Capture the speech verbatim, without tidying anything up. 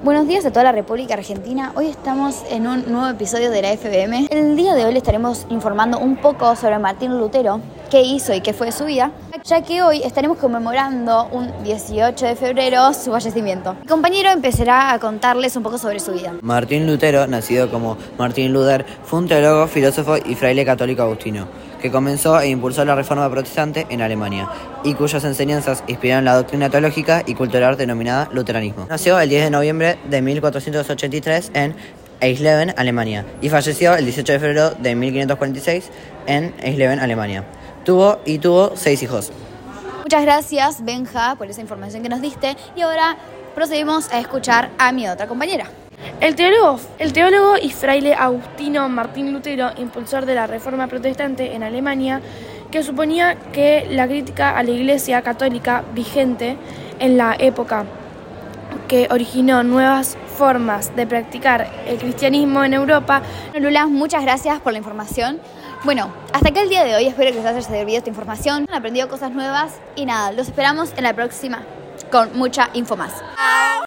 Buenos días a toda la República Argentina. Hoy estamos en un nuevo episodio de la F B M. El día de hoy les estaremos informando un poco sobre Martín Lutero, qué hizo y qué fue de su vida, ya que hoy estaremos conmemorando un dieciocho de febrero su fallecimiento. Mi compañero empezará a contarles un poco sobre su vida. Martín Lutero, nacido como Martín Luther, fue un teólogo, filósofo y fraile católico agustino, que comenzó e impulsó la reforma protestante en Alemania, y cuyas enseñanzas inspiraron la doctrina teológica y cultural denominada luteranismo. Nació el diez de noviembre de mil cuatrocientos ochenta y tres en Eisleben, Alemania, y falleció el dieciocho de febrero de mil quinientos cuarenta y seis en Eisleben, Alemania. Tuvo y tuvo seis hijos. Muchas gracias, Benja, por esa información que nos diste, y ahora procedemos a escuchar a mi otra compañera. El teólogo, el teólogo y fraile agustino Martín Lutero, impulsor de la Reforma Protestante en Alemania, que suponía que la crítica a la Iglesia católica vigente en la época, que originó nuevas formas de practicar el cristianismo en Europa. Lula, muchas gracias por la información. Bueno, hasta acá el día de hoy, espero que les haya servido esta información, han aprendido cosas nuevas y nada, los esperamos en la próxima con mucha info más.